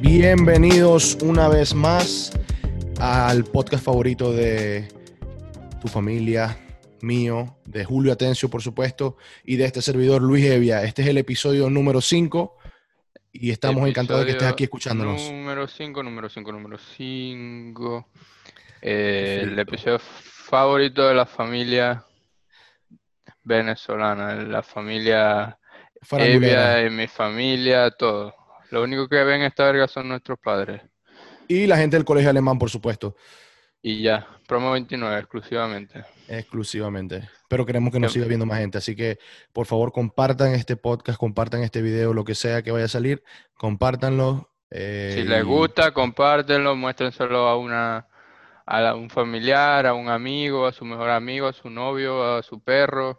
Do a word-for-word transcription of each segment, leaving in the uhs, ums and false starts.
Bienvenidos una vez más al podcast favorito de tu familia, mío, de Julio Atencio, por supuesto, y de este servidor Luis Evia. Este es el episodio número cinco y estamos encantados de que estés aquí Episodio escuchándonos. número cinco, número cinco, número cinco. Eh, el Perfecto. episodio favorito de la familia venezolana, la familia Farandulera. Evia y mi familia, todo. Lo único que ven esta verga son nuestros padres. Y la gente del colegio alemán, por supuesto, Y ya, promo veintinueve exclusivamente. exclusivamente. Pero queremos que nos Que- siga viendo más gente. Así que, por favor, compartan este podcast, compartan este video, lo que sea que vaya a salir, compártanlo. Si eh, les y gusta, compártenlo, muéstrenselo a una, a la- un familiar, a un amigo, a su mejor amigo, a su novio, a su perro.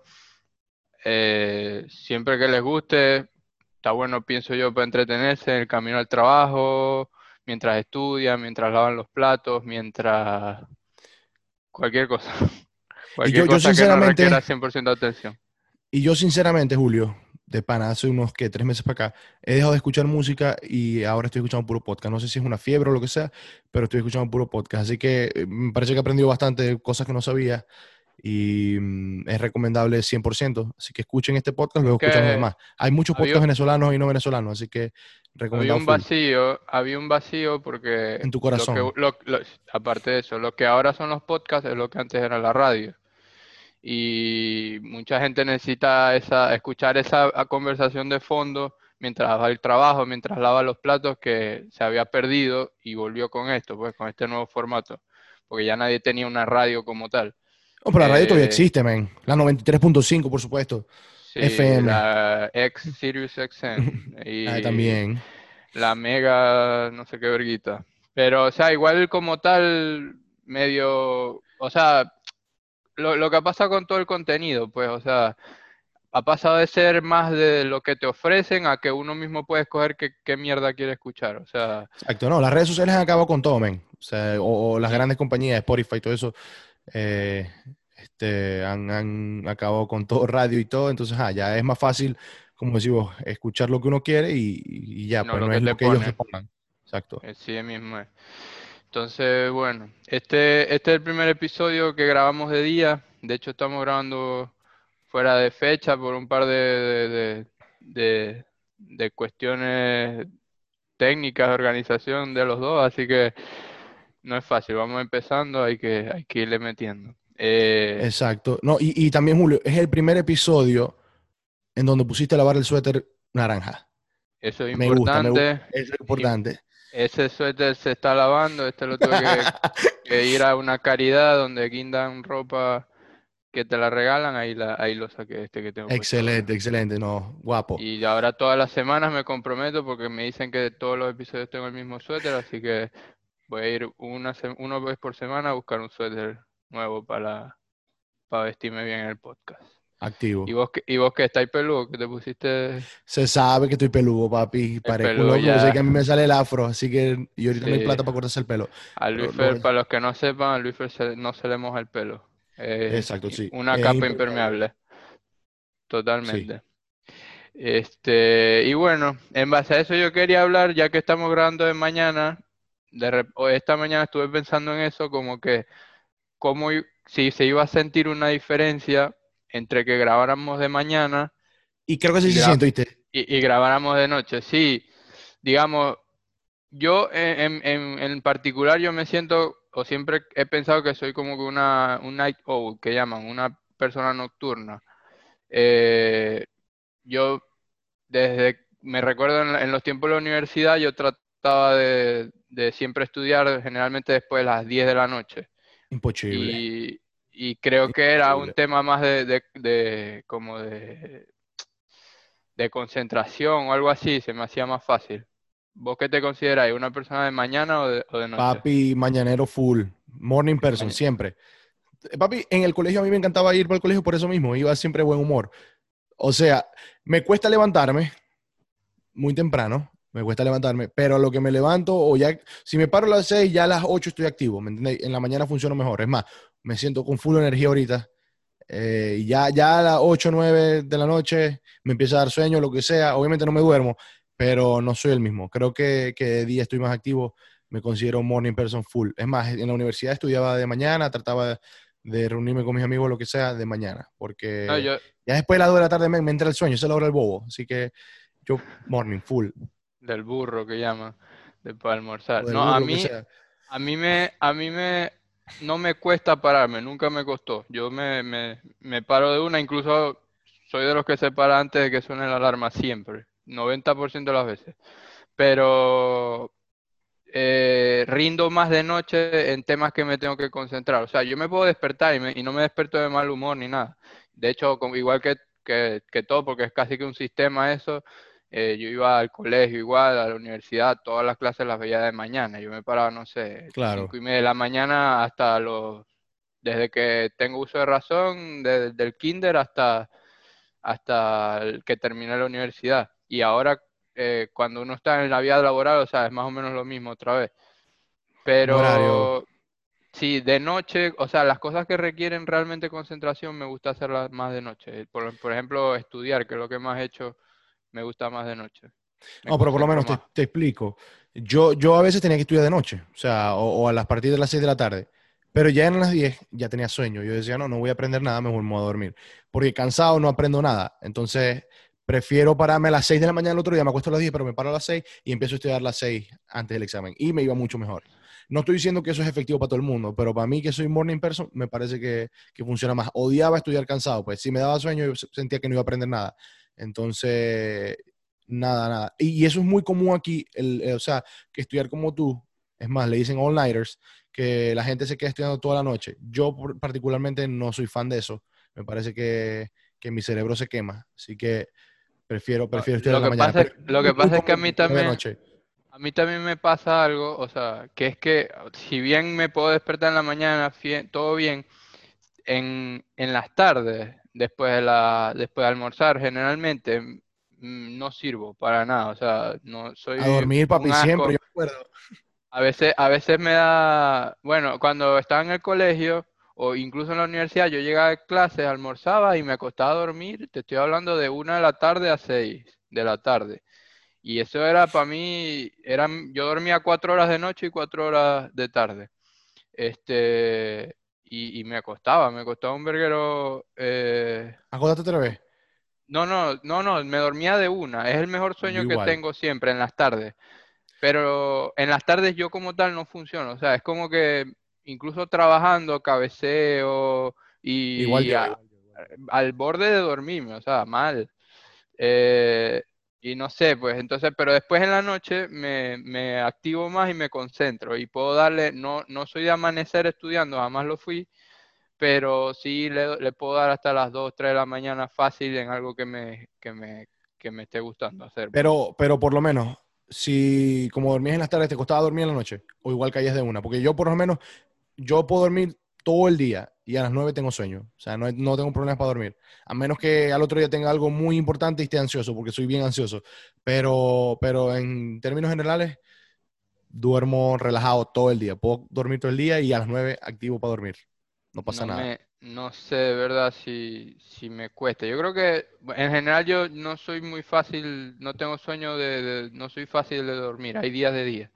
Eh, siempre que les guste, está bueno, pienso yo, para entretenerse en el camino al trabajo, mientras estudian, mientras lavan los platos, mientras cualquier cosa, y cualquier yo, yo cosa que no sinceramente, requiera cien por ciento de atención. y yo sinceramente, Julio, de pana, hace unos, ¿qué? Tres meses para acá, he dejado de escuchar música y ahora estoy escuchando puro podcast. No sé si es una fiebre o lo que sea, pero estoy escuchando puro podcast. Así que eh, me parece que he aprendido bastante cosas que no sabía y mm, es recomendable cien por ciento. Así que escuchen este podcast, Es luego escuchan los que demás. Hay muchos podcasts había, venezolanos y no venezolanos, así que había recomendado un full. vacío, había un vacío porque En tu lo que, corazón. lo- lo- aparte de eso, lo que ahora son los podcasts es lo que antes era la radio. Y mucha gente necesita esa, escuchar esa a- conversación de fondo mientras va al trabajo, mientras lava los platos, que se había perdido y volvió con esto, pues con este nuevo formato, porque ya nadie tenía una radio como tal. Oh, pero la radio todavía Eh, existe, man. La noventa y tres punto cinco, por supuesto. sí, F M. la X Sirius X M Ah, y también. la Mega, no sé qué verguita. Pero, o sea, igual como tal, medio, o sea, lo, lo que pasa con todo el contenido, pues, o sea, ha pasado de ser más de lo que te ofrecen a que uno mismo puede escoger qué, qué mierda quiere escuchar. O sea, Exacto, no, las redes sociales han acabado con todo, men. O sea, o, o las y grandes compañías, Spotify y todo eso, eh, este, han, han acabado con todo radio y todo. Entonces, ah, ya es más fácil, como decimos, escuchar lo que uno quiere y, y ya, no pues lo no que es te lo que ellos te pone, pongan. Exacto. así mismo es. Entonces, bueno, este, este es el primer episodio que grabamos de día. De hecho, estamos grabando fuera de fecha por un par de, de, de, de- de cuestiones técnicas de organización de los dos, así que no es fácil. Vamos empezando, hay que, hay que irle metiendo. Eh, Exacto. No, y, y también, Julio, es el primer episodio en donde pusiste a lavar el suéter naranja. eso es Me gusta, me gusta. importante. Eso es Y importante. ese suéter se está lavando, este lo tuve que, que ir a una caridad donde guindan ropa que te la regalan, ahí, la, ahí lo saqué, este que tengo puesto ahora. Excelente, excelente, no, guapo. Y ahora todas las semanas me comprometo porque me dicen que todos los episodios tengo el mismo suéter, así que voy a ir una, se- una vez por semana a buscar un suéter nuevo para, para vestirme bien en el podcast. ¿Y Activo. vos, qué- y vos que estáis peludo, que te pusiste Se sabe que estoy peludo, papi. el Parezco un peludo loco, porque sé que a mí ya? me sale el afro, así que y ahorita no hay Sí. plata para cortarse el pelo. A Pero lo- Luifer, para los que no sepan, a Luifer se- no se le moja el pelo. Es exacto, sí. una Es capa impermeable. impermeable, Sí. totalmente. Este, y bueno, en base a eso yo quería hablar, ya que estamos grabando de mañana, de rep- o esta mañana estuve pensando en eso, como que cómo i- si se iba a sentir una diferencia entre que grabáramos de mañana Y creo que sí y, se gra- siente, ¿viste? y, y grabáramos de noche. Sí, digamos, yo en, en, en en particular yo me siento, o siempre he pensado que soy como que una, un night owl, que llaman, una persona nocturna. Eh, yo desde, me recuerdo en, la- en los tiempos de la universidad, yo trataba de, de siempre estudiar generalmente después de las diez de la noche. Imposible. Y, y creo que era un Imposible. tema más de, de, de- como de, de concentración o algo así, se me hacía más fácil. ¿Vos qué te consideráis? ¿Una persona de mañana o de, o de noche? Papi, mañanero full. Morning person, Maña- siempre. Eh, Papi, en el colegio a mí me encantaba ir para el colegio por eso mismo. Iba siempre de buen humor. O sea, me cuesta levantarme muy temprano. Me cuesta levantarme, pero a lo que me levanto, o ya, si me paro a las seis, ya a las ocho estoy activo, ¿me entiendes? En la mañana funciono mejor. Es más, me siento con full energía ahorita. Eh, y ya, ya a las ocho o nueve de la noche me empieza a dar sueño, lo que sea. Obviamente no me duermo, pero no soy el mismo. Creo que, que de día estoy más activo, me considero un morning person full. Es más, en la universidad estudiaba de mañana, trataba de reunirme con mis amigos, lo que sea, de mañana, No, porque yo, ya después de las dos de la tarde me, me entra el sueño, esa es la hora del bobo, así que yo morning full, del burro que llaman, de para o almorzar. del No, a burro, lo que mí, sea. a mí me, a mí me, no me cuesta pararme, nunca me costó. Yo me, me, me paro de una, incluso soy de los que se para antes de que suene la alarma siempre, noventa por ciento de las veces. Pero eh, rindo más de noche en temas que me tengo que concentrar. O sea, yo me puedo despertar y, me- y no me desperto de mal humor ni nada. De hecho, como- igual que, que, que todo, porque es casi que un sistema eso, eh, yo iba al colegio igual, a la universidad, todas las clases las veía de mañana. Yo me paraba, no sé, cinco Claro, y media de la mañana hasta los, desde que tengo uso de razón, desde el kinder hasta hasta el que terminé la universidad. Y ahora, eh, cuando uno está en la vida laboral, o sea, es más o menos lo mismo otra vez. un horario. Pero sí, de noche, o sea, las cosas que requieren realmente concentración, me gusta hacerlas más de noche. Por, por ejemplo, estudiar, que es lo que más he hecho, me gusta más de noche. Me No, pero por lo concentro menos te, más. te explico. Yo, yo a veces tenía que estudiar de noche, o sea, o, o a las partir de las seis de la tarde. Pero ya en las diez ya tenía sueño. Yo decía, no, no voy a aprender nada, mejor me voy a dormir. Porque cansado no aprendo nada. Entonces, prefiero pararme a las seis de la mañana el otro día, me acuesto a las diez, pero me paro a las seis y empiezo a estudiar a las seis antes del examen. Y me iba mucho mejor. No estoy diciendo que eso es efectivo para todo el mundo, pero para mí que soy morning person, me parece que, que funciona más. Odiaba estudiar cansado, pues si me daba sueño, yo sentía que no iba a aprender nada. Entonces, nada, nada. Y, y eso es muy común aquí, el, eh, o sea, que estudiar como tú, es más, le dicen all-nighters, que la gente se queda estudiando toda la noche. Yo por- particularmente no soy fan de eso. Me parece que, que mi cerebro se quema. Así que prefiero, No, prefiero estudiar lo en la que mañana. pasa Pero es, es lo muy, que muy pasa es que a común mí estudiar de también, noche. a mí también me pasa algo, o sea, que es que si bien me puedo despertar en la mañana, fie- todo bien, en, en las tardes, después de la, después de almorzar, generalmente mm, no sirvo para nada. O sea, no A soy dormir, un papi, siempre, asco. yo me acuerdo. A veces, a veces me da, bueno, cuando estaba en el colegio o incluso en la universidad, yo llegaba a clases, almorzaba y me acostaba a dormir. Te estoy hablando de una de la tarde a seis de la tarde. Y eso era para mí, eran, yo dormía cuatro horas de noche y cuatro horas de tarde. Este, y, y me acostaba, me acostaba un verguero. eh, Acuérdate otra vez. no, no, no, no, me dormía de una. Es el mejor Yo sueño que igual. tengo siempre en las tardes. Pero en las tardes yo como tal no funciono. O sea, es como que incluso trabajando, cabeceo Igual y yo, a- igual yo, igual yo. al borde de dormirme, o sea, mal. Eh, y no sé, pues entonces, pero después en la noche me, me activo más y me concentro y puedo darle, no, no soy de amanecer estudiando, jamás lo fui, pero sí le, le puedo dar hasta las dos tres de la mañana fácil en algo que me, que me, que me esté gustando hacer, pues. Pero, pero por lo menos, si como dormías en las tardes, te costaba dormir en la noche, o igual caías de una. Porque yo por lo menos yo puedo dormir todo el día y a las nueve tengo sueño. O sea, no, hay- no tengo problemas para dormir. A menos que al otro día tenga algo muy importante y esté ansioso, porque soy bien ansioso. Pero, pero en términos generales, duermo relajado todo el día. Puedo dormir todo el día y a las nueve activo para dormir. No pasa No nada. me, no sé de verdad si, si me cuesta. Yo creo que en general yo no soy muy fácil, no tengo sueño de, de- no soy fácil de dormir. Hay días de día.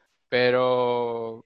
Pero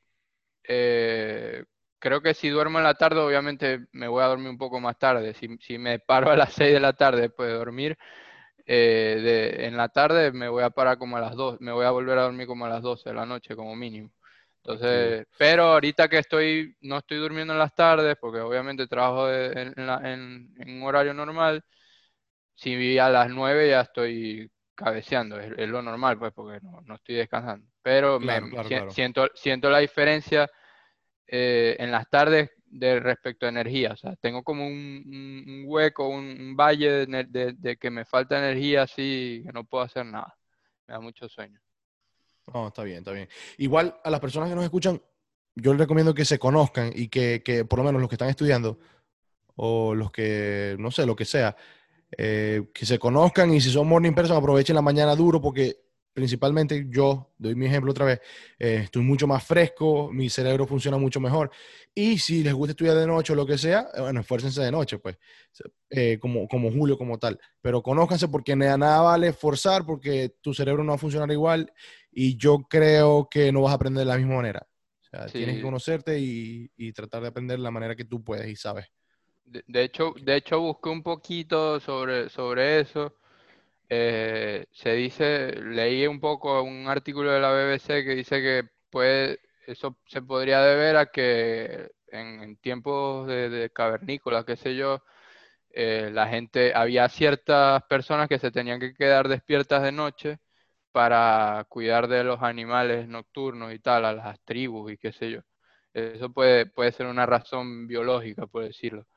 eh, creo que si duermo en la tarde, obviamente me voy a dormir un poco más tarde. Si, si me paro a las seis de la tarde después de dormir, eh, de, en la tarde me voy a parar como a las dos, me voy a volver a dormir como a las doce de la noche como mínimo. Activo. Entonces, pero ahorita que estoy, no estoy durmiendo en las tardes, porque obviamente trabajo de- en, en la- en- en un horario normal, si a las nueve ya estoy cabeceando, es, es lo normal, pues, porque no, no estoy descansando. Pero Claro, me claro, si- claro. siento, siento la diferencia eh, en las tardes de respecto a energía. O sea, tengo como un, un- un hueco, un, un valle de, ener- de- de que me falta energía así, que no puedo hacer nada. Me da mucho sueño. No, está bien, está bien. Igual a las personas que nos escuchan, yo les recomiendo que se conozcan y que, que por lo menos los que están estudiando o los que, no sé, lo que sea, eh, que se conozcan y si son morning person aprovechen la mañana duro porque principalmente yo, doy mi ejemplo otra vez, eh, estoy mucho más fresco, mi cerebro funciona mucho mejor. Y si les gusta estudiar de noche o lo que sea, eh, bueno, esfuércense de noche, pues, eh, como, como Julio, como tal. Pero conózcanse porque nada, nada vale forzar porque tu cerebro no va a funcionar igual y yo creo que no vas a aprender de la misma manera. O sea, tienes que Sí, conocerte y, y tratar de aprender de la manera que tú puedes y sabes. de, de hecho, de hecho busqué un poquito sobre, sobre eso. Eh, se dice, leí un poco un artículo de la B B C que dice que puede, eso se podría deber a que en, en tiempos de, de cavernícolas, qué sé yo, eh, la gente, había ciertas personas que se tenían que quedar despiertas de noche para cuidar de los animales nocturnos y tal, a las tribus y qué sé yo. Eso puede, puede ser una razón biológica, por decirlo.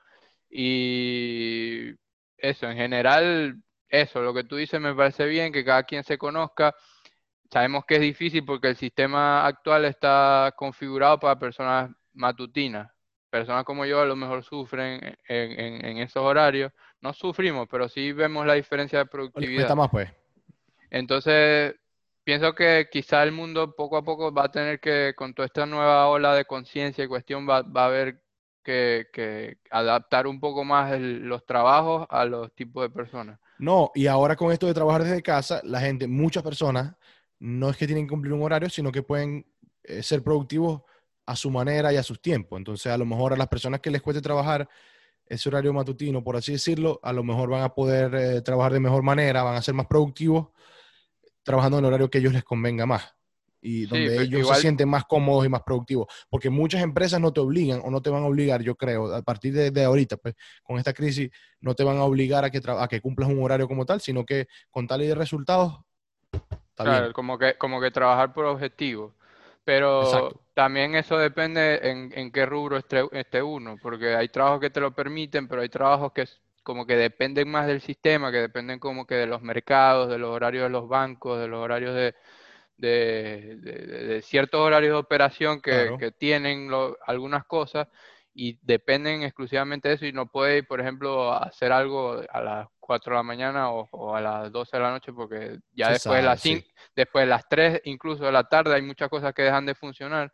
Y eso, en general, eso, lo que tú dices me parece bien, que cada quien se conozca. Sabemos que es difícil porque el sistema actual está configurado para personas matutinas. Personas como yo a lo mejor sufren en, en- en esos horarios. No sufrimos, pero sí vemos la diferencia de O les cuesta productividad. más, pues. Entonces, pienso que quizá el mundo poco a poco va a tener que, con toda esta nueva ola de conciencia y cuestión, va, va a haber que, que adaptar un poco más el- los trabajos a los tipos de personas. No, y ahora con esto de trabajar desde casa, la gente, muchas personas, no es que tienen que cumplir un horario, sino que pueden eh, ser productivos a su manera y a sus tiempos. Entonces, a lo mejor a las personas que les cueste trabajar ese horario matutino, por así decirlo, a lo mejor van a poder eh, trabajar de mejor manera, van a ser más productivos trabajando en el horario que a ellos les convenga más y Sí, donde pero ellos se igual, sienten más cómodos y más productivos. Porque muchas empresas no te obligan o no te van a obligar, yo creo, a partir de, de ahorita, pues con esta crisis, no te van a obligar a que, tra- a que cumplas un horario como tal, sino que con tal y de resultados, está bien. claro, como que, como que trabajar por objetivos. Pero Exacto. también eso depende en, en qué rubro esté, esté uno, porque hay trabajos que te lo permiten, pero hay trabajos que es- como que dependen más del sistema, que dependen como que de los mercados, de los horarios de los bancos, de los horarios de, de, de- de- de ciertos horarios de operación que, Claro. que tienen lo- algunas cosas y dependen exclusivamente de eso y no puede, por ejemplo, hacer algo a las cuatro de la mañana o, o a las doce de la noche porque ya Se después de sabe, las sí. cinco, después de las tres incluso de la tarde hay muchas cosas que dejan de funcionar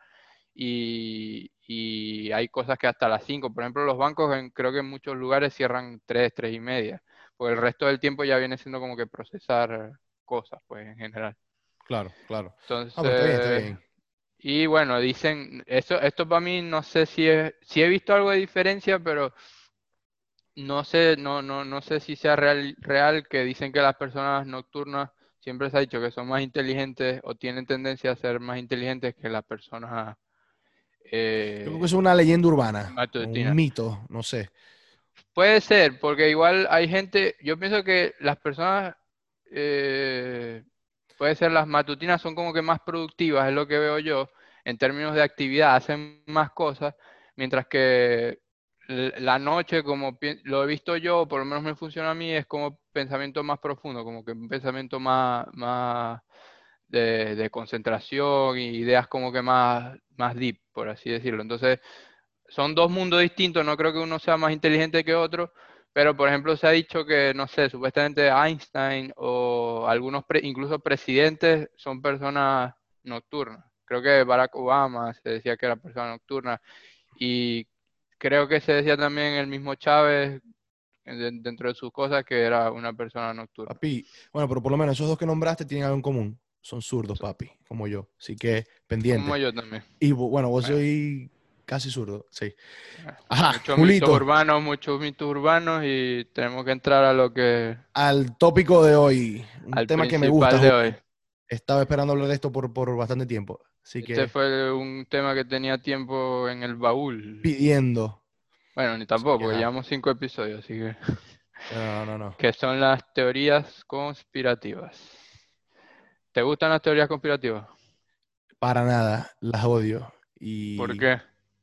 y, y hay cosas que hasta las cinco, por ejemplo, los bancos en- creo que en muchos lugares cierran tres, tres y media, porque el resto del tiempo ya viene siendo como que procesar cosas, pues en general. Claro, claro. Ah, pero está bien, está Entonces, bien. y bueno, dicen, eso, esto para mí no sé si es, si he visto algo de diferencia, pero no sé, no, no, no sé si sea real, real que dicen que las personas nocturnas siempre se ha dicho que son más inteligentes o tienen tendencia a ser más inteligentes que las personas Yo creo que es eh, una leyenda urbana o un matutinas. mito, no sé. Puede ser, porque igual hay gente, yo pienso que las personas, eh, puede ser las matutinas son como que más productivas, es lo que veo yo, en términos de actividad, hacen más cosas, mientras que l- la noche, como pi- lo he visto yo, por lo menos me funciona a mí, es como pensamiento más profundo, como que un pensamiento más, más de, de concentración y ideas como que más, más deep, por así decirlo. Entonces, son dos mundos distintos, no creo que uno sea más inteligente que otro, pero por ejemplo se ha dicho que, no sé, supuestamente Einstein o algunos, pre- incluso presidentes son personas nocturnas. Creo que Barack Obama se decía que era persona nocturna y creo que se decía también el mismo Chávez eh, de- dentro de sus cosas que era una persona nocturna. Papi, bueno, pero por lo menos esos dos que nombraste tienen algo en común. Son zurdos, So- papi, como yo. Así que Como pendiente. yo también. Y bu- bueno, vos Bueno, soy casi zurdo, sí. bueno. Ajá, Muchos mitos Julito, urbanos, muchos mitos urbanos y tenemos que entrar a lo que, al tópico de hoy. Un al tema que me gusta, principal de Julio. hoy. Estaba esperando hablar de esto por, por bastante tiempo. Así Este que fue un tema que tenía tiempo en el baúl. pidiendo. Bueno, ni Así tampoco, que porque ajá. llevamos cinco episodios, así que... No, no, no. que son las teorías conspirativas. ¿Te gustan las teorías conspirativas? Para nada. Las odio. ¿Por Y qué?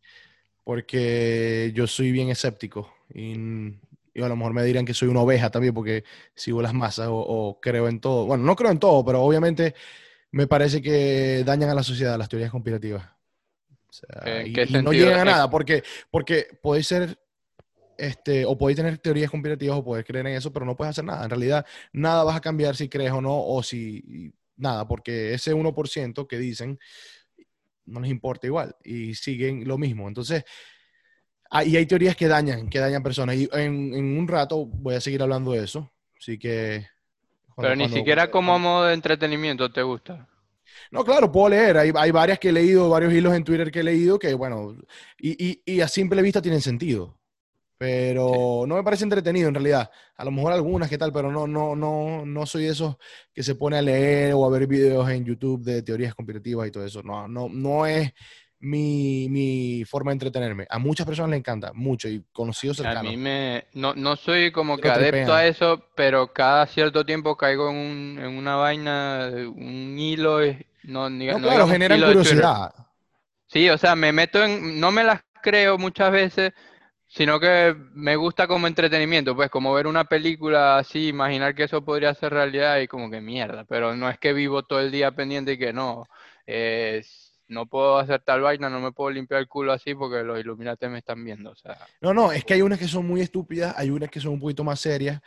porque yo soy bien escéptico. Y, y a lo mejor me dirán que soy una oveja también porque sigo las masas o, o creo en todo. Bueno, no creo en todo, pero obviamente me parece que dañan a la sociedad las teorías conspirativas. O sea, ¿En qué y, y no sentido? llegan a En- nada porque, porque podéis ser, este, o podéis tener teorías conspirativas o podéis creer en eso, pero no puedes hacer nada. En realidad, nada vas a cambiar si crees o no, o si nada, porque ese uno por ciento que dicen no les importa igual y siguen lo mismo. Entonces, ah, y hay teorías que dañan, que dañan personas. Y en, en un rato voy a seguir hablando de eso. Así que Pero cuando, ni cuando, siquiera cuando, como cuando- modo de entretenimiento te gusta. No, claro, puedo leer. Hay, hay varias que he leído, varios hilos en Twitter que he leído que, bueno, y, y, y a simple vista tienen sentido. Sí. Pero no me parece entretenido en realidad. A lo mejor algunas, ¿qué tal? Pero no, no, no, no soy de esos que se pone a leer o a ver videos en YouTube de teorías conspirativas y todo eso. No, no, no es mi, mi forma de entretenerme. A muchas personas les encanta, mucho, y conocidos A mí cercanos. me... No, no soy como Se que lo adepto a tripean. eso, pero cada cierto tiempo caigo en, un, en una vaina, de un hilo, eh, no, diga- No, no claro, digamos generan hilo de Twitter. curiosidad. Sí, o sea, me meto en... No me las creo muchas veces, sino que me gusta como entretenimiento, pues como ver una película así, imaginar que eso podría ser realidad y como que mierda, pero no es que vivo todo el día pendiente y que no, eh, no puedo hacer tal vaina, no me puedo limpiar el culo así porque los Illuminati me están viendo, o sea, No, no, es que hay tampoco. unas que son muy estúpidas, hay unas que son un poquito más serias,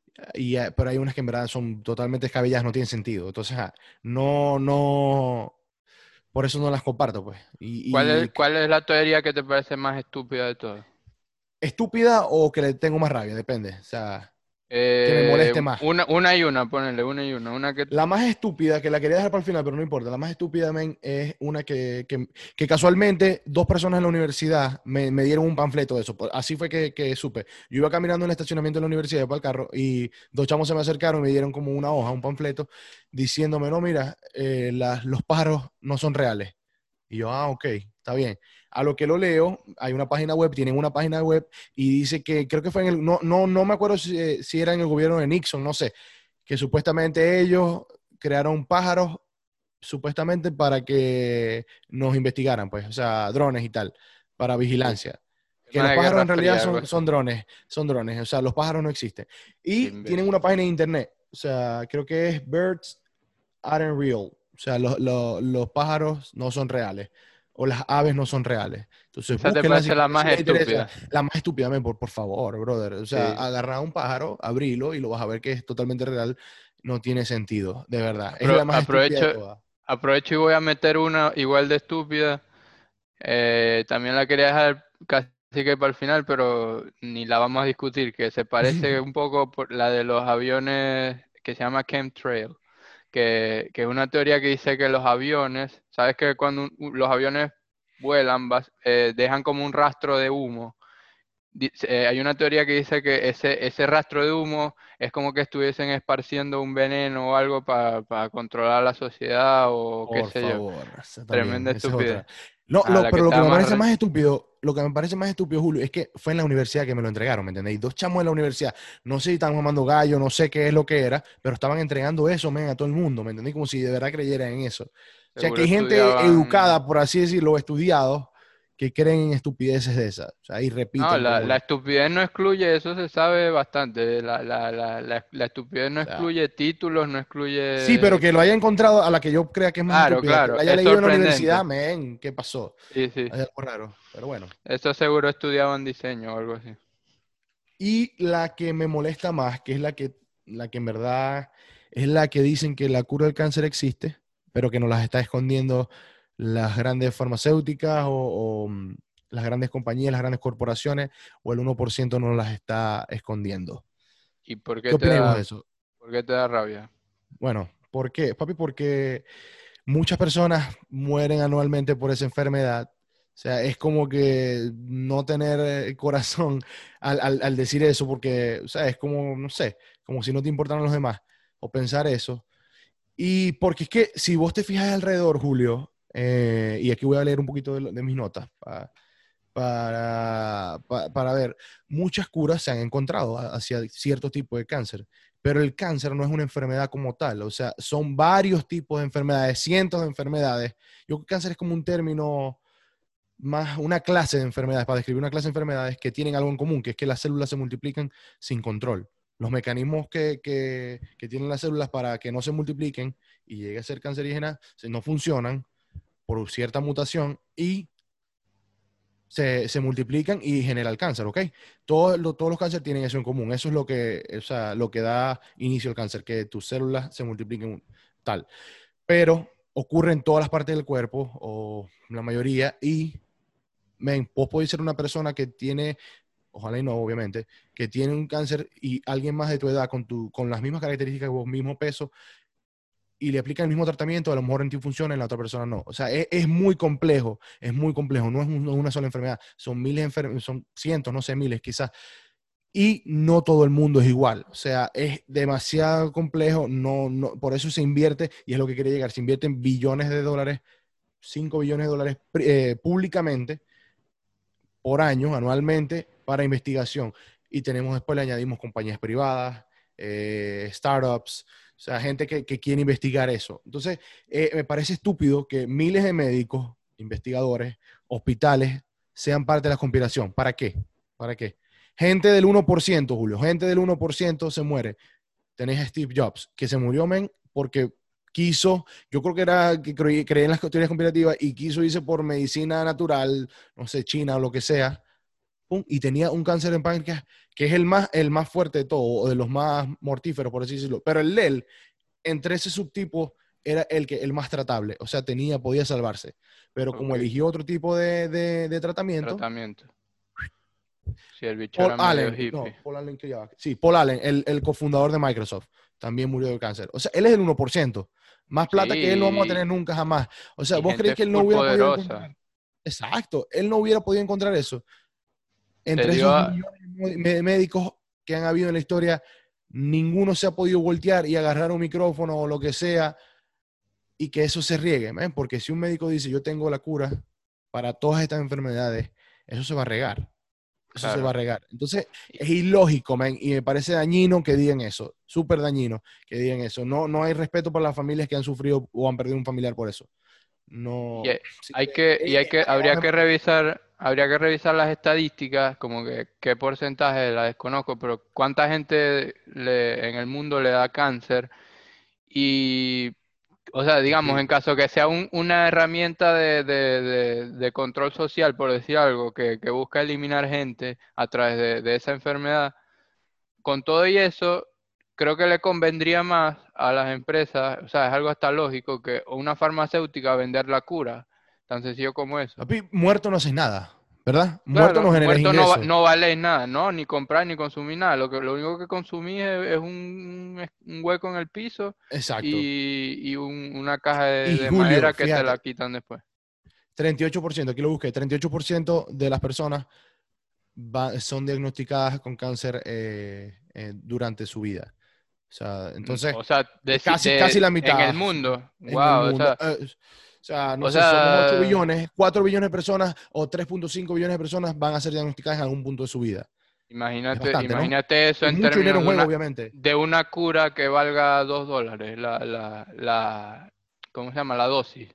y, eh, pero hay unas que en verdad son totalmente descabelladas, no tienen sentido. Entonces, ah, no, no, por eso no las comparto, pues. ¿Cuál Y, es, y cuál es la teoría que te parece más estúpida de todo? estúpida o que le tengo más rabia, depende. O sea, que me Eh, moleste más. una, una y una, ponele, una y una, una que... La más estúpida, que la quería dejar para el final, pero no importa. La más estúpida, men, es una que, que, que casualmente dos personas en la universidad me, me dieron un panfleto de eso. Por- Así fue que, que supe. Yo iba caminando en el estacionamiento de la universidad para el carro y dos chamos se me acercaron y me dieron como una hoja, un panfleto, diciéndome, no, mira, eh, las- los pájaros no son reales. Y yo, ah, ok, está bien. A lo que lo leo, hay una página web, tienen una página web y dice que, creo que fue en el, no, no, no me acuerdo si, si era en el gobierno de Nixon, no sé, que supuestamente ellos crearon pájaros supuestamente para que nos investigaran, pues, o sea, drones y tal, para Sí, vigilancia. Que tema los de pájaros Guerra en realidad Fría, algo son, así. son drones, son drones, o sea, los pájaros no existen. Qué Y tienen imbécil. una página de internet, o sea, creo que es Birds aren't real, o sea, los, los, los pájaros no son reales, o las aves no son reales. Entonces, Esa te búsquenla si, parece la más si les interesa. estúpida. La más estúpida, men, por, por favor, brother. O sea, Sí. agarrar un pájaro, abrilo y lo vas a ver que es totalmente real. No tiene sentido, de verdad. Es Apro- la más estúpida de aprovecho, todas. aprovecho y voy a meter una igual de estúpida. Eh, también la quería dejar casi que para el final, pero ni la vamos a discutir, que se parece un poco por la de los aviones que se llama chemtrail, que, que es una teoría que dice que los aviones, sabes que cuando un- un- los aviones vuelan, vas- eh, dejan como un rastro de humo. Dice- eh, hay una teoría que dice que ese, ese rastro de humo es como que estuviesen esparciendo un veneno o algo para controlar la sociedad o qué Por sé yo. favor, esa también, Tremenda esa es estupidez. otra. No, A lo, la que pero lo te que da me más... parece re- más estúpido, lo que me parece más estúpido, Julio, es que fue en la universidad que me lo entregaron, ¿me entendéis? Dos chamos en la universidad, no sé si estaban mamando gallo, no sé qué es lo que era, pero estaban entregando eso, men, a todo el mundo, ¿me entendéis? Como si de verdad creyeran en eso. O sea, que Seguro hay gente educada, estudiaban... por así decirlo, estudiados, que creen en estupideces de esas. O sea, y No, repiten la, como, la o estupidez no excluye, eso se sabe bastante. La, la, la, la, la estupidez no sea, excluye títulos, no sí, pero excluye... que lo haya encontrado a la que yo crea que es más Claro, estúpida, que claro, la haya es leído en la universidad, sorprendente. men, ¿qué pasó? Sí, sí. Hay algo raro, pero bueno. Eso seguro estudiaban diseño o algo así. Y la que me molesta más, que es la que, la que en verdad es la que dicen que la cura del cáncer existe, pero que nos las está escondiendo las grandes farmacéuticas o, o, mm, las grandes compañías, las grandes corporaciones, o el uno por ciento nos las está escondiendo. ¿Y por ¿Qué qué te opináis vos da, de eso? por qué te da rabia? Bueno, ¿por qué? Papi, porque muchas personas mueren anualmente por esa enfermedad. O sea, es como que no tener eh, corazón al, al- al decir eso, porque, o sea, es como, no sé, como si no te importaran los demás, o pensar eso. Y porque es que si vos te fijas alrededor, Julio, eh, y aquí voy a leer un poquito de, lo- de mis notas pa- para, pa- para ver, muchas curas se han encontrado a- hacia cierto tipo de cáncer, pero el cáncer no es una enfermedad como tal, o sea, son varios tipos de enfermedades, cientos de enfermedades. Yo creo que cáncer es como un término más, una clase de enfermedades, para describir una clase de enfermedades que tienen algo en común, que es que las células se multiplican sin control. Los mecanismos que, que, que tienen las células para que no se multipliquen y llegue a ser cancerígena se- no funcionan por cierta mutación y se, se multiplican y genera el cáncer, ¿ok? Todo lo- todos los cánceres tienen eso en común. Eso es lo que, o sea, lo que da inicio al cáncer, que tus células se multipliquen tal. pero ocurre en todas las partes del cuerpo, o la mayoría, y men, vos podés ser una persona que tiene, ojalá y no, obviamente, que tiene un cáncer y alguien más de tu edad con, tu, con las mismas características, vos mismo peso, y le aplican el mismo tratamiento, a lo mejor en ti funciona, en la otra persona no. O sea, es, es muy complejo, es muy complejo, no es, un, no es una sola enfermedad, son miles de enfermedades, son cientos, no sé, miles quizás, y no todo el mundo es igual. O sea, es demasiado complejo, no, no, por eso se invierte, y es lo que quiere llegar, se invierten billones de dólares, cinco billones de dólares eh, públicamente por año, anualmente, para investigación. Y tenemos después, le añadimos compañías privadas, eh, startups, o sea, gente que, que quiere investigar eso. Entonces, eh, me parece estúpido que miles de médicos, investigadores, hospitales, sean parte de la conspiración. ¿Para qué? ¿Para qué? Gente del uno por ciento, Julio, gente del uno por ciento se muere. Tenés a Steve Jobs, que se murió, men, porque quiso, yo creo que era que creía creía en las teorías conspirativas y quiso irse por medicina natural, no sé, China o lo que sea, pum, y tenía un cáncer en páncreas que es el más, el más fuerte de todo, o de los más mortíferos, por así decirlo. Pero el de él, entre ese subtipo, era el, que, el más tratable, o sea, tenía, podía salvarse. Pero como Ok, eligió otro tipo de, de, de tratamiento, tratamiento. Si el bicho Paul era medio Allen, no, hippie. Paul Allen, que ya, sí, Paul Allen, el, el cofundador de Microsoft, también murió de cáncer. O sea, él es el uno por ciento. Más plata que él no vamos a tener Sí, nunca jamás. O sea, y ¿vos creéis gente que él no full hubiera podido encontrar? poderosa. Exacto, él no hubiera podido encontrar eso. Le Entre dio esos a- millones de médicos que han habido en la historia, ninguno se ha podido voltear y agarrar un micrófono o lo que sea y que eso se riegue, ¿eh? Porque si un médico dice yo tengo la cura para todas estas enfermedades, eso se va a regar. Eso se va a claro. regar. Entonces, Y- es ilógico, man, y me parece dañino que digan eso, súper dañino que digan eso. No, no hay respeto por las familias que han sufrido o han perdido un familiar por eso. Y No, eh, así hay que que, y es, hay es que, para habría quedarme que mal. revisar, habría que revisar las estadísticas, como que qué porcentaje la desconozco, pero cuánta gente le- en el mundo le da cáncer. Y, o sea, digamos, en Papi, caso que sea un- una herramienta de, de- de- de control social, por decir algo, que, que busca eliminar gente a través de, de esa enfermedad, con todo y eso, creo que le convendría más a las empresas, o sea, es algo hasta lógico, que una farmacéutica vender la cura, tan sencillo como eso. papi, muerto no haces nada, ¿verdad? Muerto Claro, no generas muerto no, va- ingresos. no vale nada, ¿no? Ni comprar ni consumir nada. Lo que, lo único que consumí es, es un, un hueco en el piso Exacto. y, y un- una caja de, Y de Julio, madera que te la fíjate, quitan después. treinta y ocho por ciento, aquí lo busqué, treinta y ocho por ciento de las personas va- son diagnosticadas con cáncer eh, eh, durante su vida. O sea, Mm, entonces, O sea, de, eh, si- casi, casi de- la en el mitad mundo, en el wow, o mundo. sea, Eh, o sea, no o sé, somos ocho sea, billones, cuatro billones de personas o tres punto cinco billones de personas van a ser diagnosticadas en algún punto de su vida. Es imagínate, bastante, ¿no? imagínate eso Y en mucho dinero términos en de juego, una, obviamente. de una cura que valga dos dólares, la, la, la, ¿cómo se llama? La dosis.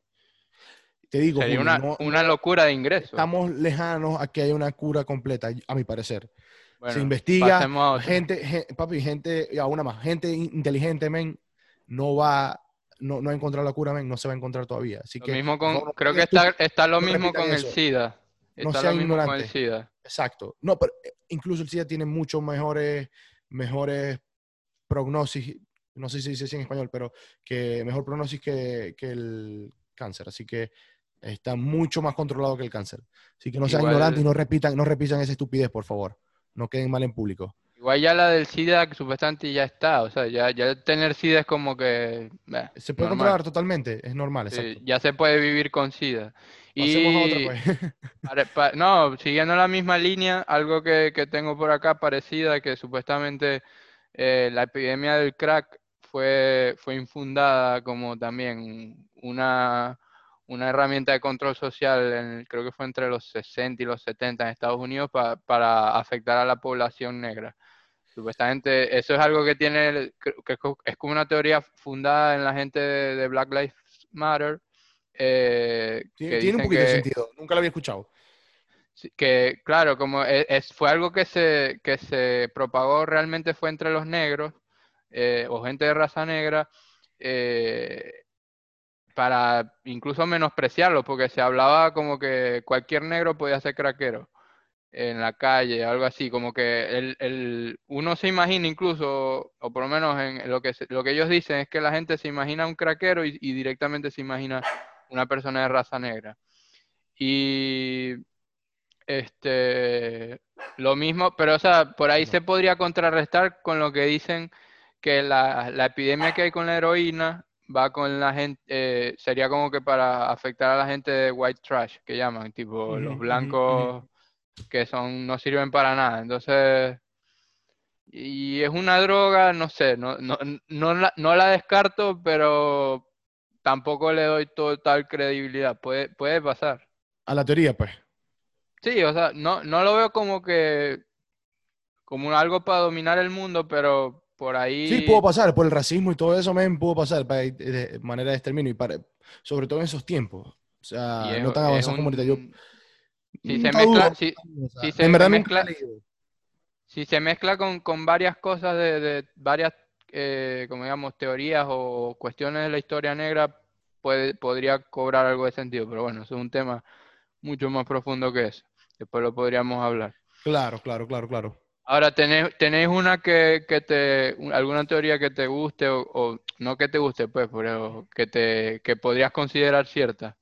Te digo, Sería Julio, una, no, no una locura de ingresos. estamos lejanos a que haya una cura completa, a mi parecer. Se Bueno, investiga, pasemos a otra. gente, gen- papi, gente, y aún más, gente in- inteligente, men, no va, no, no ha encontrado la cura, men, no se va a encontrar todavía. Así Lo que, mismo por con, favor, no creo sean que está, estúpidos, está lo no mismo repitan con el eso, SIDA. no Está lo sean mismo con el ignorantes. SIDA. Exacto. No, pero eh, incluso el SIDA tiene muchos mejores, mejores prognosis, no sé si se dice así en español, pero que mejor prognosis que, que el cáncer. Así que está mucho más controlado que el cáncer. Así que no sean ignorantes y Igual, no repitan, no repitan esa estupidez, por favor. No queden mal en público. igual ya la del SIDA que supuestamente ya está. O sea, ya, ya tener SIDA es como que eh, Se puede normal. controlar totalmente, es normal, Sí, exacto. ya se puede vivir con SIDA. Pasemos a otra, Y pues. pare- pa- no, siguiendo la misma línea, algo que, que tengo por acá parecida, que supuestamente eh, la epidemia del crack fue, fue infundada como también una, una herramienta de control social, en- creo que fue entre los sesenta y los setenta en Estados Unidos pa- para afectar a la población negra. Supuestamente eso es algo que tiene, que que es co- es como una teoría fundada en la gente de, de Black Lives Matter, eh, Tiene, que tiene un dicen poquito de que sentido, nunca lo había escuchado. sí, que claro, como e- es, fue algo que se, que se propagó realmente fue entre los negros eh, o gente de raza negra eh, para incluso menospreciarlo, porque se hablaba como que cualquier negro podía ser craquero. en la calle, algo así, como que el, el, uno se imagina incluso, o por lo menos en lo que, se- lo que ellos dicen es que la gente se imagina un craquero y, y directamente se imagina una persona de raza negra. Y este, lo mismo, pero o sea, por ahí se podría contrarrestar con lo que dicen que la, la epidemia que hay con la heroína va con la gente, eh, sería como que para afectar a la gente de white trash, que llaman, tipo Ujú, los ujú, ujú. blancos que son, no sirven para nada. Entonces, y es una droga, no sé, no, no, no la, no la descarto, pero tampoco le doy total credibilidad. Puede, puede pasar. A la teoría, pues. Sí, o sea, no, no lo veo como que como algo para dominar el mundo, pero por Sí, pudo ahí, pasar, por el racismo y todo eso, men, pudo pasar para, de, de manera de exterminio, y para, sobre todo en esos tiempos. O y sea, es, no tan es avanzados como ahorita. Yo un, si mm, se está mezcla, duro. si, O sea, si en se verdad nunca lo he mezcla, leído. si se mezcla con, con varias cosas de, de varias, eh, como digamos, teorías o cuestiones de la historia negra, puede, podría cobrar algo de sentido, pero bueno, eso es un tema mucho más profundo que eso. Después lo podríamos hablar. Claro, claro, claro, claro. Ahora, ¿tenéis, tenéis una que, que te, un- alguna teoría que te guste o, o no que te guste, pues, pero que te, que podrías considerar cierta?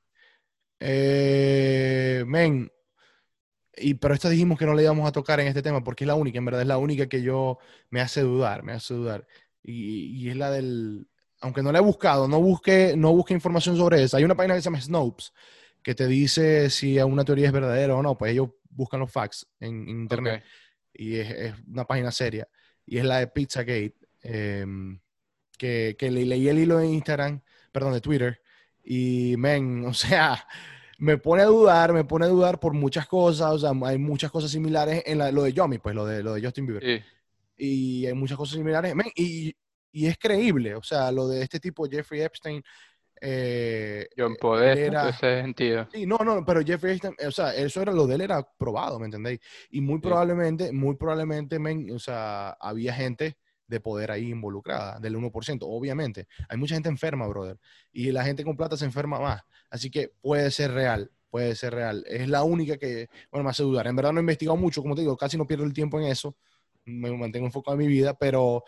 Eh, men, y, pero esta dijimos que no le íbamos a tocar en este tema porque es la única, en verdad es la única que yo me hace dudar, me hace dudar. Y, y es la del, aunque no la he buscado, no busque, no busque información sobre eso. Hay una página que se llama Snopes que te dice si una teoría es verdadera o no, pues ellos buscan los facts en, en internet Ok. y es, es una página seria. Y es la de Pizzagate, eh, que, que le, leí el hilo en Instagram, perdón, de Twitter, y men, o sea, me pone a dudar, me pone a dudar por muchas cosas, o sea, hay muchas cosas similares en la- lo de Yomi, pues lo de, lo de Justin Bieber, Sí, y hay muchas cosas similares, men, y, y es creíble, o sea, lo de este tipo, Jeffrey Epstein, eh, John él Podesta, todo era... ese sentido. Sí, no, no, pero Jeffrey Epstein, o sea, eso era lo de él era probado, ¿me entendéis? Y muy Sí, probablemente, muy probablemente, men, o sea, había gente de poder ahí involucrada, del uno por ciento, obviamente. Hay mucha gente enferma, brother, y la gente con plata se enferma más. Así que puede ser real, puede ser real. Es la única que, bueno, me hace dudar. En verdad no he investigado mucho, como te digo, casi no pierdo el tiempo en eso. Me mantengo enfocado en mi vida, pero,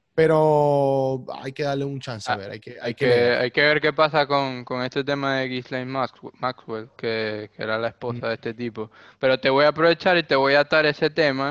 pero hay que darle un chance, a Ah, ver, hay que, hay hay que que, leer. hay que ver qué pasa con, con este tema de Ghislaine Maxwell, Maxwell, que, que era la Mm, esposa de este tipo. Pero te voy a aprovechar y te voy a atar ese tema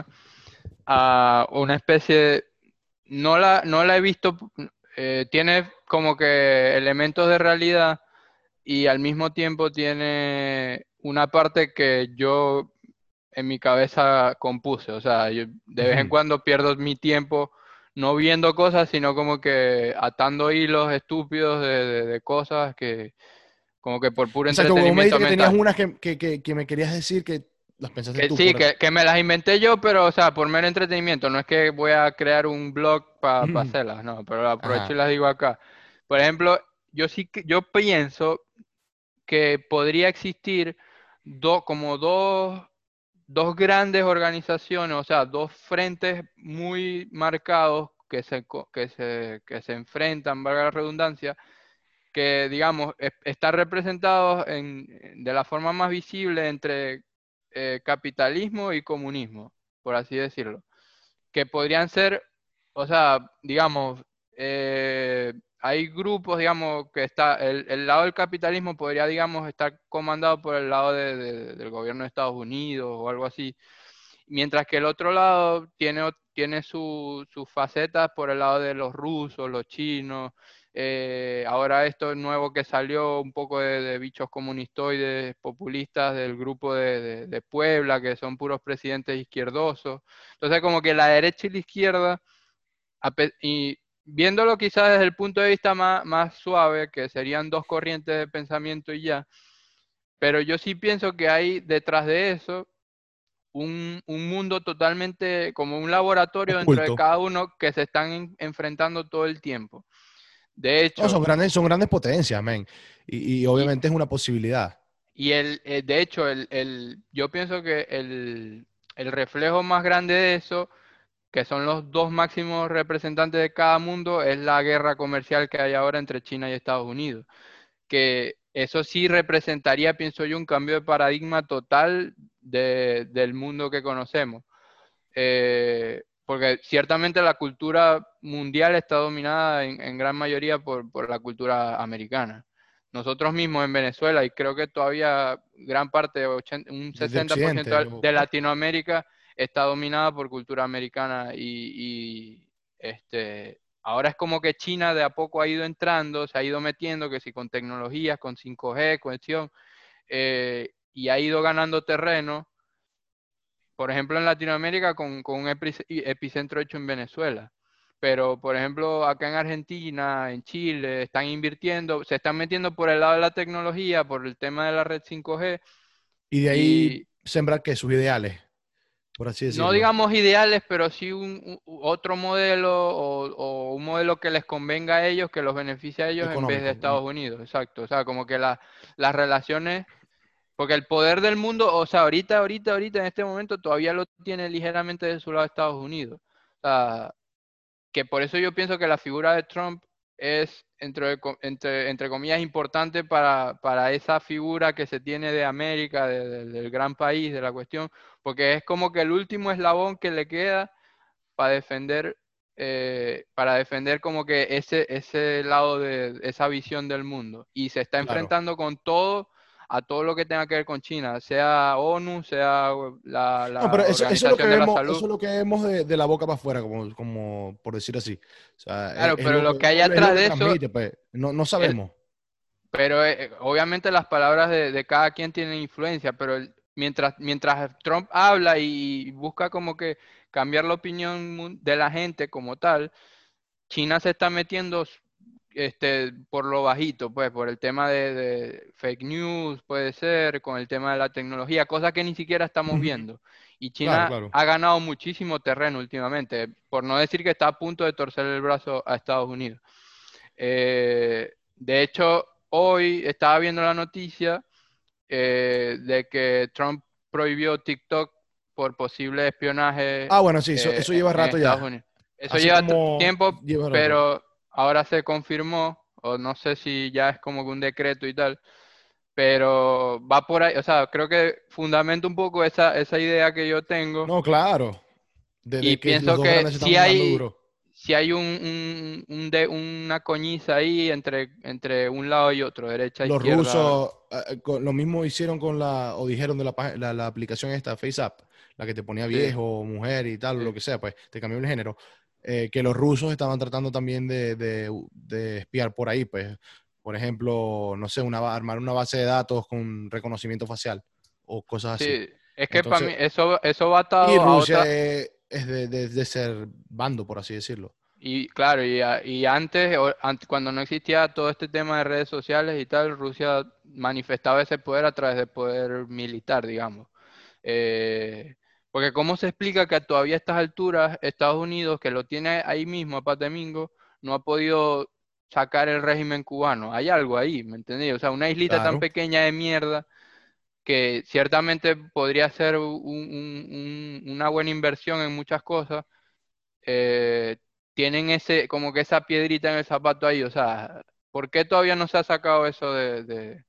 a una especie de... No la, no la he visto, eh, tiene como que elementos de realidad y al mismo tiempo tiene una parte que yo en mi cabeza compuse. O sea, yo de vez en ujú. cuando pierdo mi tiempo no viendo cosas, sino como que atando hilos estúpidos de, de- de cosas que como que por puro Exacto, porque vos me entretenimiento dijiste que tenías mental. unas que, que, que, que me querías decir que las pensaste Que tú, sí, por eso. que, que me las inventé yo, pero o sea, por mero entretenimiento. No es que voy a crear un blog para Ujú. hacerlas, no, pero aprovecho y Ajá. las digo acá. Por ejemplo, yo sí que yo pienso que podría existir do- como dos, dos grandes organizaciones, o sea, dos frentes muy marcados que se, co- que se, que se enfrentan, valga la redundancia, que, digamos, es- están representados en, de la forma más visible entre eh, capitalismo y comunismo, por así decirlo, que podrían ser, o sea, digamos, eh, hay grupos, digamos, que está, el, el lado del capitalismo podría, digamos, estar comandado por el lado de- de- del gobierno de Estados Unidos o algo así, mientras que el otro lado tiene, ot- tiene su- sus facetas por el lado de los rusos, los chinos, eh, ahora esto nuevo que salió, un poco de, de bichos comunistoides populistas del grupo de, de de Puebla, que son puros presidentes izquierdosos. Entonces, como que la derecha y la izquierda, a pe- y viéndolo quizás desde el punto de vista más, más suave, que serían dos corrientes de pensamiento y ya, pero yo sí pienso que hay detrás de eso un, un mundo totalmente como un laboratorio dentro de Oculto. cada uno que se están en- enfrentando todo el tiempo. De No, son hecho, grandes, son grandes potencias, men. Y, y y, obviamente es una posibilidad. y el, eh, de hecho, el, el- yo pienso que el, el reflejo más grande de eso que son los dos máximos representantes de cada mundo, es la guerra comercial que hay ahora entre China y Estados Unidos. Que eso sí representaría, pienso yo, un cambio de paradigma total de, del mundo que conocemos. Eh, porque ciertamente la cultura mundial está dominada en, en gran mayoría por, por la cultura americana. Nosotros mismos en Venezuela, y creo que todavía gran parte, ochenta, un De, de sesenta por ciento Occidente. o- de Latinoamérica está dominada por cultura americana y, y, este, ahora es como que China de a poco ha ido entrando, se ha ido metiendo, que si con tecnologías, con cinco G, cuestión, eh, y ha ido ganando terreno, por ejemplo en Latinoamérica con, con un epi- epicentro hecho en Venezuela. Pero, por ejemplo, acá en Argentina, en Chile, están invirtiendo, se están metiendo por el lado de la tecnología, por el tema de la red cinco G, Y de ahí y sembrar que sus ideales, por así no decirlo. digamos ideales, pero sí un, un- otro modelo o, o un modelo que les convenga a ellos, que los beneficie a ellos en vez de Económico. Mm. Estados Unidos. Exacto. O sea, como que la- las relaciones, porque el poder del mundo, o sea, ahorita, ahorita, ahorita, en este momento, todavía lo tiene ligeramente de su lado Estados Unidos. O sea, que por eso yo pienso que la figura de Trump es, entre, co- entre, entre comillas, importante para, para esa figura que se tiene de América, de- de- del gran país, de la cuestión, porque es como que el último eslabón que le queda para defender, eh, para defender como que ese, ese lado de esa visión del mundo. Y se está Claro. enfrentando con todo, a todo lo que tenga que ver con China, sea ONU, sea la, No, pero la eso, eso es lo que Organización de la vemos, eso Salud. es lo que vemos de, de la boca para afuera, como, como por decir así. O sea, es, Claro, es pero lo que, lo que es hay lo, es lo atrás que de eso, transmite, pues. No, no el, sabemos. pero eh, obviamente las palabras de, de cada quien tienen influencia, pero el- mientras, mientras Trump habla y busca como que cambiar la opinión mun- de la gente como tal, China se está metiendo este, por lo bajito, pues, por el tema de, de fake news, puede ser, con el tema de la tecnología, cosas que ni siquiera estamos Ujú. viendo. Y Claro, China claro. ha ganado muchísimo terreno últimamente, por no decir que está a punto de torcer el brazo a Estados Unidos. Eh, de hecho, hoy estaba viendo la noticia eh, de que Trump prohibió TikTok por posible espionaje Ah, bueno, sí, eso, eh, eso lleva en rato Estados ya. Unidos. Eso Así lleva t- como tiempo, lleva rato. pero ahora se confirmó, o no sé si ya es como que un decreto y tal, pero va por ahí, o sea, creo que fundamenta un poco esa, esa idea que yo tengo No, claro. y Desde que los pienso dos que grandes se si están dando hay, duro. si hay un, un- un de, una coñiza ahí entre, entre un lado y otro, derecha, Los izquierda. rusos, eh, eh, con- lo mismo hicieron con la, o dijeron de la, pag- la, la aplicación esta, FaceApp, la que te ponía Sí, viejo, mujer y tal, o lo sí. que sea, pues te cambió el género. Eh, que los rusos estaban tratando también de, de, de espiar por ahí, pues, por ejemplo, no sé, una, ba- armar una base de datos con reconocimiento facial o cosas así. Sí, es que para Entonces, mí eso, eso va y atado a Rusia otra, es, es de, de, de ser bando, por así decirlo. y claro, y, a- y antes, o- ant- cuando no existía todo este tema de redes sociales y tal, Rusia manifestaba ese poder a través del poder militar, digamos. Eh, porque ¿cómo se explica que todavía a estas alturas Estados Unidos, que lo tiene ahí mismo a Patemingo, no ha podido sacar el régimen cubano? Hay algo ahí, ¿me entendés? O sea, una islita tan Claro. pequeña de mierda que ciertamente podría ser un- un- un- una buena inversión en muchas cosas, eh, tienen ese, como que esa piedrita en el zapato ahí, o sea, ¿por qué todavía no se ha sacado eso de, de,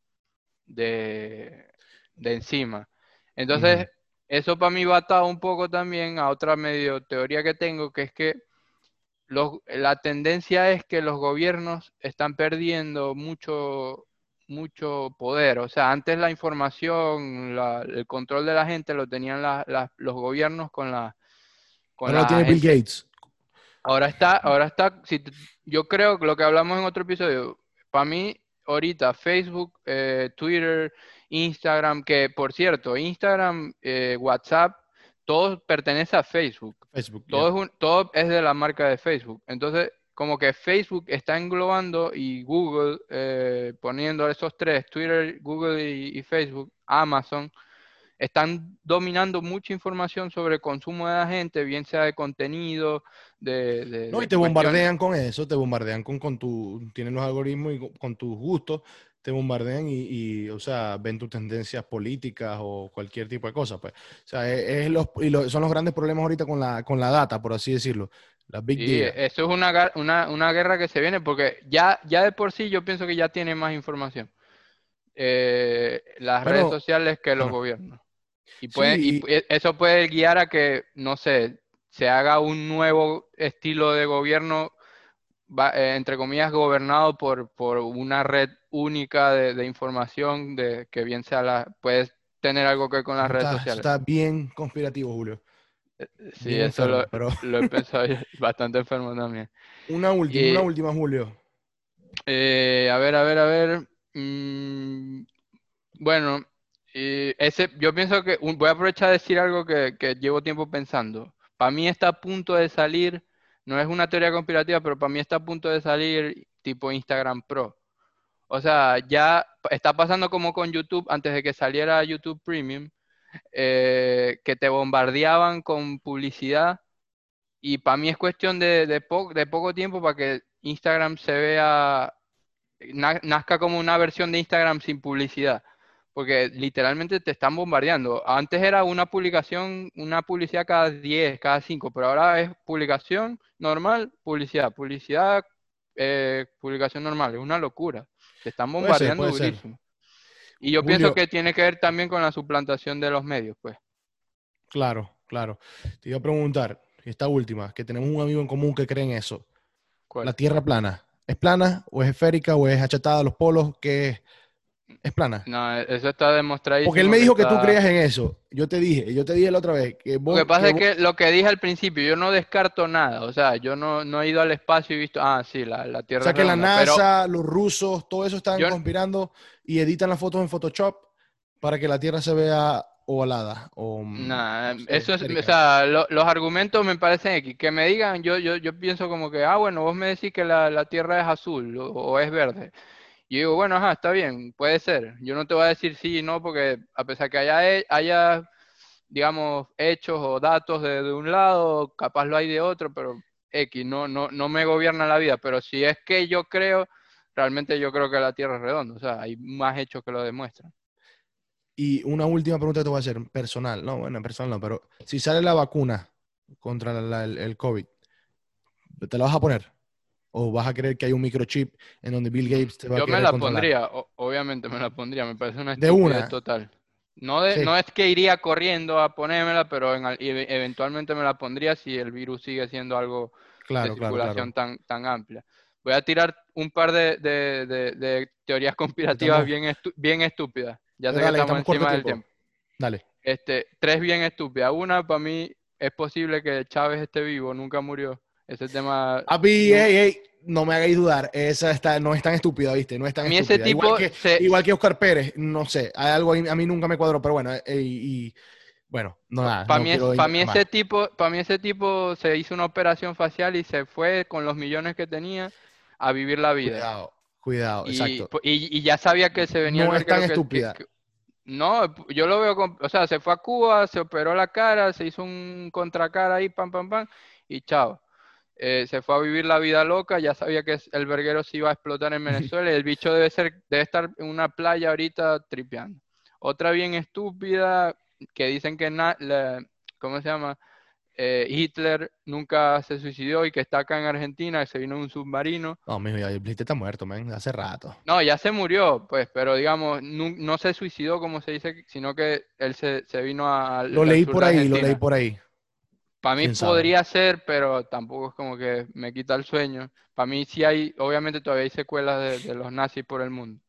de, de encima? Ujú. Entonces, eso para mí va atado un poco también a otra medio teoría que tengo, que es que los, la tendencia es que los gobiernos están perdiendo mucho, mucho poder. O sea, antes la información, la- el control de la gente lo tenían la- la- los gobiernos con la, con Ahora lo la tiene Bill gente. Gates. Ahora está, ahora está, si te- yo creo que lo que hablamos en otro episodio, para mí, ahorita Facebook, eh, Twitter, Instagram, que por cierto, Instagram, eh, WhatsApp, todo pertenece a Facebook. Facebook, Todo yep. es un- todo es de la marca de Facebook. Entonces, como que Facebook está englobando y Google, eh, poniendo esos tres, Twitter, Google y, y Facebook, Amazon, están dominando mucha información sobre el consumo de la gente, bien sea de contenido, de, de- No, y de te cuestiones. bombardean con eso, te bombardean con, con tu, tienen los algoritmos y con, con tus gustos, te bombardean y, y, o sea, ven tus tendencias políticas o cualquier tipo de cosa, pues. O sea, es, es los, y lo- son los grandes problemas ahorita con la, con la data, por así decirlo, la big Sí, data. eso es una, gar- una, una guerra que se viene porque ya, ya de por sí yo pienso que ya tiene más información eh, las redes Bueno, sociales que los bueno, gobiernos. Y, puede, y Sí, pu- eso puede guiar a que, no sé, se haga un nuevo estilo de gobierno, va- eh, entre comillas, gobernado por, por una red única de, de información, de que bien sea la, puede tener algo que ver con y las eso redes está, eso sociales. está bien conspirativo, Julio. Sí, Bien eso lo, enfermo, pero lo he pensado yo, bastante enfermo también. una última, una Y, última, Julio. eh, a ver, a ver, a ver. mm, bueno, eh, ese, yo pienso que un- voy a aprovechar de decir algo que, que llevo tiempo pensando. Para mí está a punto de salir, no es una teoría conspirativa, pero para mí está a punto de salir tipo Instagram Pro. O sea, ya pa- está pasando como con YouTube antes de que saliera YouTube Premium, eh, que te bombardeaban con publicidad y para mí es cuestión de, de, po- de poco tiempo para que Instagram se vea, na- nazca como una versión de Instagram sin publicidad. Porque literalmente te están bombardeando. Antes era una publicación, una publicidad cada diez cada cinco pero ahora es publicación normal, publicidad, publicidad, eh, publicación normal. Es una locura. Te están Puede ser, bombardeando puede ser. durísimo. Y yo pienso Julio, que tiene que ver también con la suplantación de los medios, pues. claro, claro. Te iba a preguntar, esta última, que tenemos un amigo en común que cree en eso. La ¿Cuál? Tierra plana. ¿Es plana o es esférica o es achatada los polos? ¿Qué es? ¿Es plana? No, eso está Porque él demostradísimo me que dijo que tú está. creías en eso. Yo te dije, yo te dije la otra vez que Lo que vos, pasa que es vos, que lo que dije al principio, yo no descarto nada, o sea, yo no, no he ido al espacio y visto, ah, sí, la, la o Tierra sea, es que la redonda, pero NASA, los rusos, todo eso están yo, conspirando y editan las fotos en Photoshop para que la Tierra se vea ovalada o, mm, nada, no sé, eso es, o esférica. sea, lo- los argumentos me parecen X, que me digan, yo, yo, yo pienso como que, ah, bueno, vos me decís que la, la Tierra es azul o, o es verde. Y yo digo, bueno, ajá, está bien, puede ser. Yo no te voy a decir sí y no, porque a pesar que haya, he- haya digamos, hechos o datos de, de un lado, capaz lo hay de otro, pero X, no, no, no me gobierna la vida. Pero si es que yo creo, realmente yo creo que la Tierra es redonda. O sea, hay más hechos que lo demuestran. Y una última pregunta que te voy a hacer, personal, no, bueno, personal no, pero si sale la vacuna contra la- la- el, el COVID, ¿te la vas a poner? ¿O vas a creer que hay un microchip en donde Bill Mm, Gates te va a Yo me querer la controlar? pondría, o- obviamente me la pondría, me parece una De estupidez una, total. No, de- sí, no es que iría corriendo a ponérmela, pero en al- e- eventualmente me la pondría si el virus sigue siendo algo de claro, claro, circulación claro. tan, tan amplia. Voy a tirar un par de, de- de- de teorías conspirativas Estamos, bien, estu- bien estúpidas. Ya sé que dale, estamos estamos corto de encima del tiempo. tiempo. Dale. Este, tres bien estúpidas. Una, para mí, es posible que Chávez esté vivo, nunca murió. Ese tema, Papi, nun- ey, ey, no me hagáis dudar. Esa está, no es tan estúpida, ¿viste? No es a tan mí ese estúpida. Igual tipo que, se, igual que Oscar Pérez, no sé. Hay algo ahí, a mí nunca me cuadró, pero bueno, eh, y, y, bueno, no nada, Para no mí, es, quiero para mí indagar ese más. tipo, para mí ese tipo se hizo una operación facial y se fue con los millones que tenía a vivir la vida. Cuidado, cuidado, Y, exacto. po- y, y ya sabía que se venía el No es tan verguero que, que- estúpida. que- no, yo lo veo con, o sea, se fue a Cuba, se operó la cara, se hizo un contracara ahí, pam, pam, pam, y chao. Eh, se fue a vivir la vida loca, ya sabía que el verguero se iba a explotar en Venezuela y el bicho debe ser, debe estar en una playa ahorita tripeando. Otra bien estúpida que dicen que na- la- ¿cómo se llama? Eh, Hitler nunca se suicidó y que está acá en Argentina, que se vino en un submarino. No, mijo, ya Blitz está muerto, man, hace rato. No, ya se murió, pues, pero digamos, nu- no, se suicidó como se dice, sino que él se, se vino a- Lo al, al leí sur por de ahí, lo leí Argentina. por ahí. Para mí ¿Quién sabe? podría ser, pero tampoco es como que me quita el sueño. Para mí sí hay, obviamente todavía hay secuelas de, de los nazis por el mundo.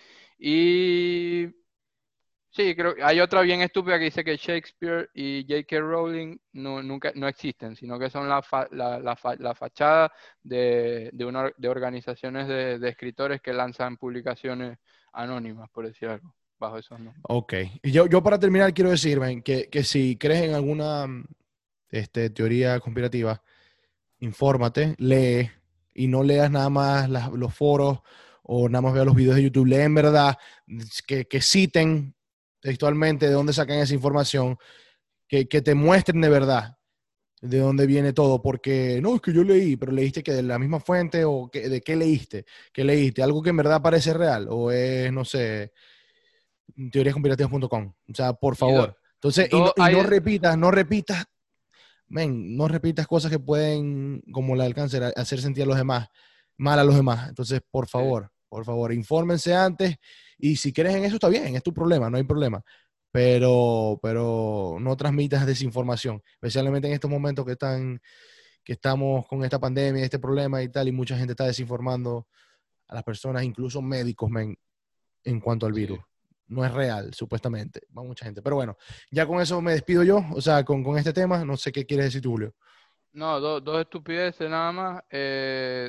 Y sí, creo que hay otra bien estúpida que dice que Shakespeare y J K. Rowling no, nunca, no existen, sino que son la, fa- la, la fa- la fachada de, de, una, de organizaciones de, de escritores que lanzan publicaciones anónimas, por decir algo, bajo esos nombres. Ok. Y yo, yo para terminar quiero decir, man, que, que si crees en alguna mm, este, teoría conspirativa, infórmate, lee y no leas nada más las- los foros o nada más veas los videos de YouTube. Lee en verdad, que, que citen textualmente de dónde sacan esa información, que, que te muestren de verdad de dónde viene todo, porque no, es que yo leí, pero leíste que de la misma fuente o que, de qué leíste, qué leíste, algo que en verdad parece real o es, no sé, teorías conspirativas punto com. O sea, por Y do- favor. Entonces, y no, do- y no hay, repitas, no repitas, men, no repitas cosas que pueden, como la del cáncer, a- hacer sentir a los demás, mal a los demás. Entonces, por sí. favor, por favor, infórmense antes y si crees en eso está bien, es tu problema, no hay problema. pero, pero no transmitas desinformación, especialmente en estos momentos que están, que estamos con esta pandemia, este problema y tal, y mucha gente está desinformando a las personas, incluso médicos, men, en cuanto al virus. Sí. No es real, supuestamente. Va mucha gente. Pero bueno, ya con eso me despido yo, o sea, con, con este tema. No sé qué quieres decir tú, Julio. No, do- dos estupideces nada más. Eh,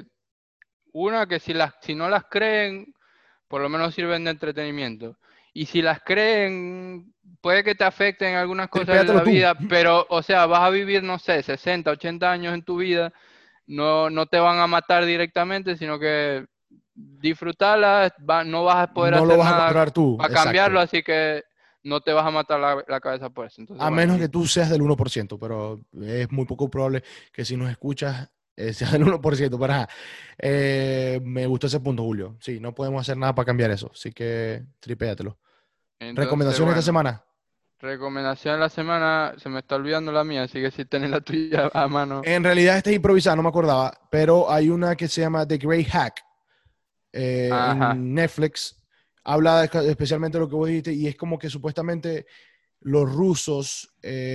una que si las, si no las creen, por lo menos sirven de entretenimiento. Y si las creen, puede que te afecten algunas cosas en Tripéatelo la tú. vida, pero, o sea, vas a vivir, no sé, sesenta, ochenta años en tu vida, no, no te van a matar directamente, sino que disfrutarlas, va- no vas a poder No lo hacer vas a nada controlar tú, para cambiarlo, exacto. así que no te vas a matar la, la cabeza por eso. Entonces, A bueno, menos y que tú seas del uno por ciento, pero es muy poco probable que si nos escuchas eh, seas del uno por ciento. Pero ajá, eh, me gustó ese punto, Julio. Sí, no podemos hacer nada para cambiar eso, así que tripéatelo. entonces, ¿Recomendaciones esta bueno. semana? Recomendación de la semana, se me está olvidando la mía, así que si tenés la tuya a mano. En realidad esta es improvisada, no me acordaba, pero hay una que se llama The Great Hack eh, Ajá, en Netflix. Habla de- especialmente de lo que vos dijiste y es como que supuestamente los rusos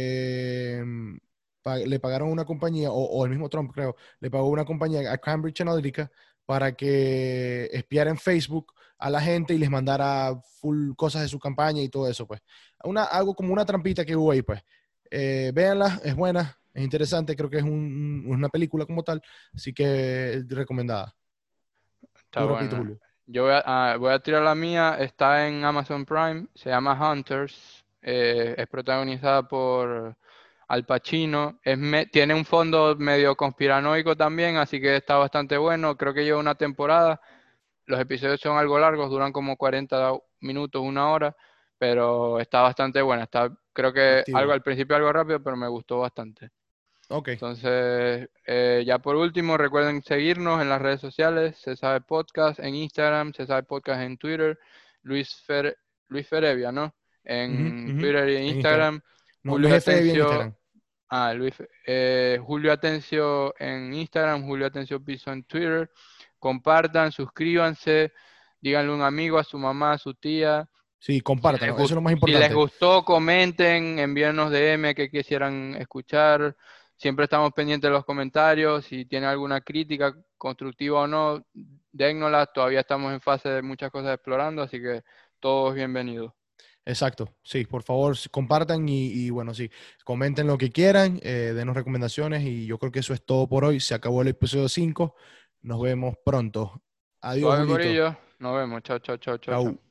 eh, pa- le pagaron a una compañía, o, o el mismo Trump creo, le pagó a una compañía, a Cambridge Analytica, para que espiara en Facebook a la gente y les mandara full cosas de su campaña y todo eso, pues. Una, algo como una trampita que hubo ahí, pues. Eh, véanla, es buena, es interesante, creo que es un- una película como tal, así que es recomendada. está Tú repito, bueno. Julio. Yo voy a, ah, voy a tirar la mía, está en Amazon Prime, se llama Hunters, eh, es protagonizada por Al Pacino, es me- tiene un fondo medio conspiranoico también, así que está bastante bueno, creo que lleva una temporada, los episodios son algo largos, duran como cuarenta minutos, una hora, pero está bastante buena, está, creo que algo Activo. al principio algo rápido, pero me gustó bastante. Ok, Entonces, eh, ya por último, recuerden seguirnos en las redes sociales, Se Sabe Podcast en Instagram, Se Sabe Podcast en Twitter, Luis Fer, Luis Ferevia, ¿no? ujú, En ujú. Twitter y en En Instagram. Instagram, No, no Julio es F de bien Atencio, Instagram. ah, Luis, eh, Julio Atencio en Instagram, Julio Atencio Piso en Twitter. Compartan, suscríbanse, díganle a un amigo, a su mamá, a su tía. Sí, Si les compártanlo, eso es gust- lo más si les importante. gustó, comenten, envíennos D M que quisieran escuchar. Siempre estamos pendientes de los comentarios. Si tienen alguna crítica, constructiva o no, dénnosla. Todavía estamos en fase de muchas cosas explorando, así que todos bienvenidos. Exacto, sí, por favor, s- compartan y, y bueno, sí, comenten lo que quieran, eh, denos recomendaciones y yo creo que eso es todo por hoy. Se acabó el episodio cinco. Nos vemos pronto. Adiós, Suave Julito. Corillo, nos vemos. Chao, chao, chao, chao, chao. Chau.